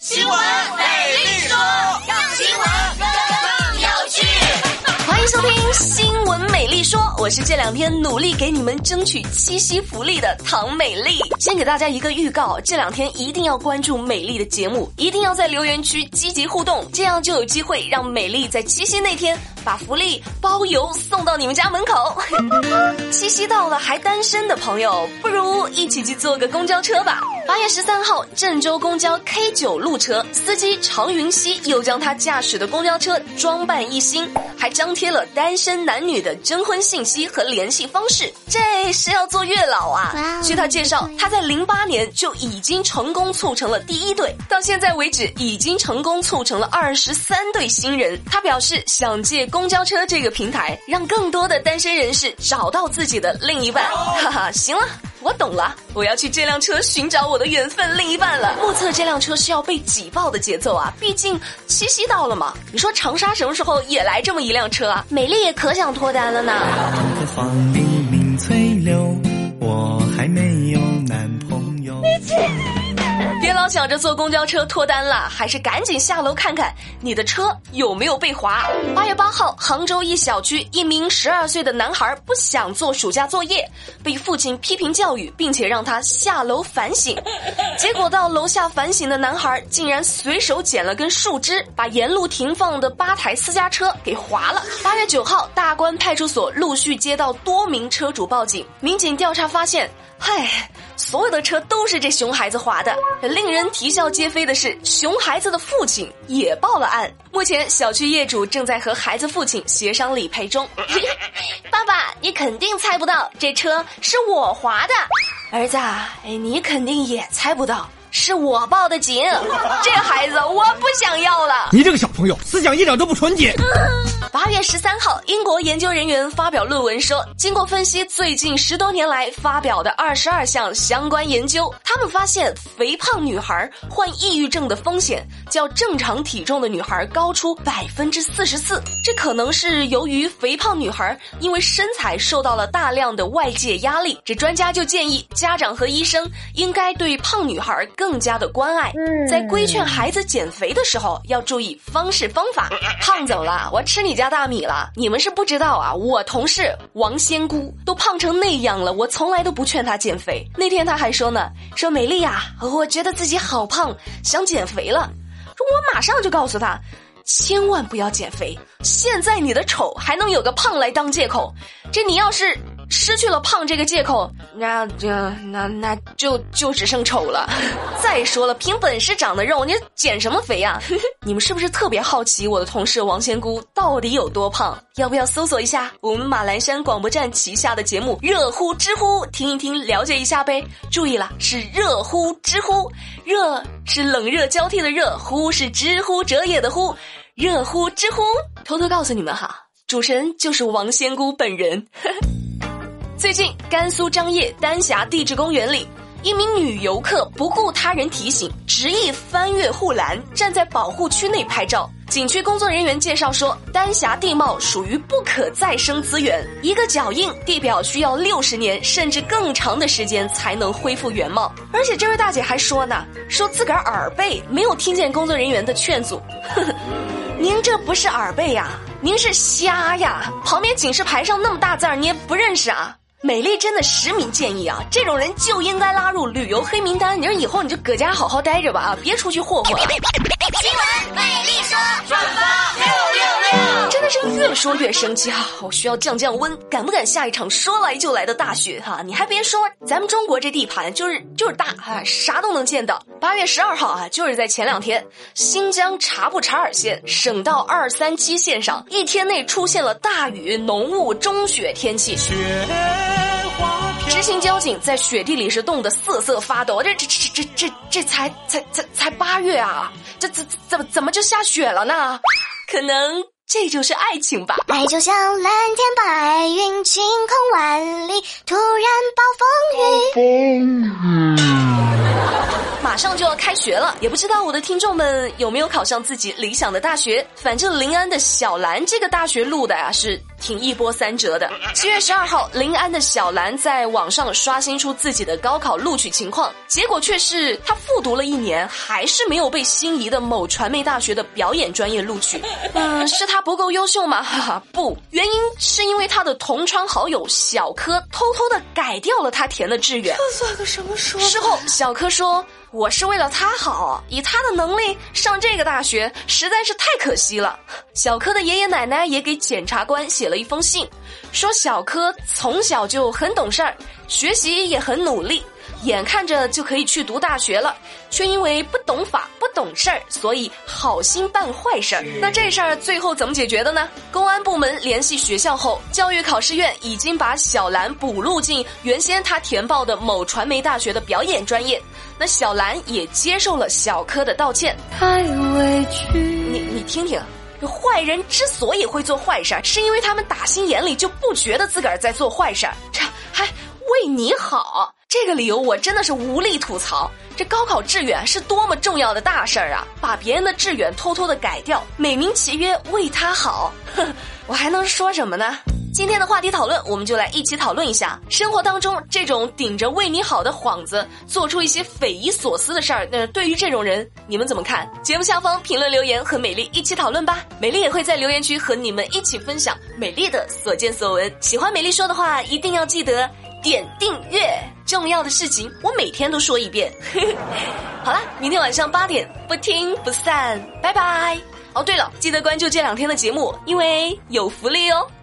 新闻美丽说，让新闻更有趣。 欢迎收听新闻美丽说，我是这两天努力给你们争取七夕福利的唐美丽。先给大家一个预告，这两天一定要关注美丽的节目，一定要在留言区积极互动，这样就有机会让美丽在七夕那天把福利包邮送到你们家门口。七夕到了还单身的朋友，不如一起去坐个公交车吧。8月13号，郑州公交 K9 路车司机常云熙又将他驾驶的公交车装扮一新，还张贴了单身男女的征婚信息和联系方式，这是要做月老啊。据他介绍，他在08年就已经成功促成了第1对，到现在为止已经成功促成了23对新人。他表示想借公交车这个平台，让更多的单身人士找到自己的另一半。哈哈，行了，我懂了，我要去这辆车寻找我的缘分另一半了。目测这辆车是要被挤爆的节奏啊，毕竟七夕到了嘛。你说长沙什么时候也来这么一辆车啊？美丽也可想脱单了呢。 在房里明翠柳，我还没有男朋友。 别老想着坐公交车脱单了，还是赶紧下楼看看你的车有没有被划。8月8号，杭州一小区一名12岁的男孩不想做暑假作业，被父亲批评教育，并且让他下楼反省。结果到楼下反省的男孩竟然随手捡了根树枝，把沿路停放的8台私家车给划了。8月9号，大关派出所陆续接到多名车主报警，民警调查发现，所有的车都是这熊孩子划的。令人啼笑皆非的是，熊孩子的父亲也报了案。目前小区业主正在和孩子父亲协商理赔中。爸爸，你肯定猜不到这车是我划的。儿子，你肯定也猜不到是我报的警。这孩子我不想要了。 你这个小朋友思想一点都不纯洁。 8月13号，英国研究人员发表论文说，经过分析最近10多年来发表的22项相关研究，他们发现肥胖女孩患抑郁症的风险较正常体重的女孩高出44%。这可能是由于肥胖女孩因为身材受到了大量的外界压力。这专家就建议家长和医生应该对胖女孩更加的关爱，在规劝孩子减肥的时候要注意方式方法。胖怎么了？我吃你家大米了？你们是不知道啊，我同事王仙姑都胖成那样了，我从来都不劝她减肥。那天她还说呢，说美丽啊，我觉得自己好胖，想减肥了。我马上就告诉她，千万不要减肥，现在你的丑还能有个胖来当借口，这你要是失去了胖这个借口，那就只剩丑了。再说了，凭本事长的肉，你减什么肥啊？你们是不是特别好奇我的同事王仙姑到底有多胖？要不要搜索一下我们马栏山广播站旗下的节目热乎知乎，听一听了解一下呗。注意了，是热乎知乎，热是冷热交替的热，乎是知乎者也的乎，热乎知乎。偷偷告诉你们哈，主持人就是王仙姑本人。最近甘肃张掖丹霞地质公园里，一名女游客不顾他人提醒，执意翻越护栏，站在保护区内拍照。景区工作人员介绍说，丹霞地貌属于不可再生资源，一个脚印地表需要60年甚至更长的时间才能恢复原貌。而且这位大姐还说呢，说自个儿耳背，没有听见工作人员的劝阻。您这不是耳背呀，您是瞎呀，旁边警示牌上那么大字儿你也不认识啊。美丽真的实名建议啊，这种人就应该拉入旅游黑名单。你说以后你就搁家好好待着吧啊，别出去霍霍了。 新闻美丽说，转发666。 真的是越说越生气啊！我需要降降温，敢不敢下一场说来就来的大雪哈？你还别说，咱们中国这地盘就是大啊，啥都能见到。8月12号啊，就是在前2天，新疆察布查尔县省道237线上，一天内出现了大雨、浓雾、中雪天气。执勤交警在雪地里是冻得瑟瑟发抖。这才8月啊，这怎么就下雪了呢？可能这就是爱情吧。 爱就像蓝天白云，晴空万里，突然暴风雨。 马上就要开学了，也不知道我的听众们有没有考上自己理想的大学。反正临安的小兰这个大学录的是挺一波三折的。7月12号，临安的小兰在网上刷新出自己的高考录取情况，结果却是她复读了1年，还是没有被心仪的某传媒大学的表演专业录取。是她不够优秀吗？哈哈，不，原因是因为她的同窗好友小柯偷偷的改掉了她填的志愿。 这算个什么说法？ 事后，小柯说：“我是为了他好，以他的能力上这个大学实在是太可惜了。”小柯的爷爷奶奶也给检察官写了一封信，说小柯从小就很懂事儿，学习也很努力，眼看着就可以去读大学了，却因为不懂法不懂事儿，所以好心办坏事儿。那这事儿最后怎么解决的呢？公安部门联系学校后，教育考试院已经把小兰补录进原先她填报的某传媒大学的表演专业。那小兰也接受了小柯的道歉。 太委屈。 你听听，坏人之所以会做坏事，是因为他们打心眼里就不觉得自个儿在做坏事，这还为你好。这个理由我真的是无力吐槽。这高考志愿是多么重要的大事儿啊！把别人的志愿偷偷的改掉，美名其曰为他好，我还能说什么呢？今天的话题讨论，我们就来一起讨论一下生活当中这种顶着为你好的幌子做出一些匪夷所思的事儿。对于这种人，你们怎么看？节目下方评论留言和美丽一起讨论吧。美丽也会在留言区和你们一起分享美丽的所见所闻。喜欢美丽说的话，一定要记得点订阅。重要的事情我每天都说一遍。好啦，明天晚上8点不听不散，拜拜。哦对了，记得关注这2天的节目，因为有福利哦。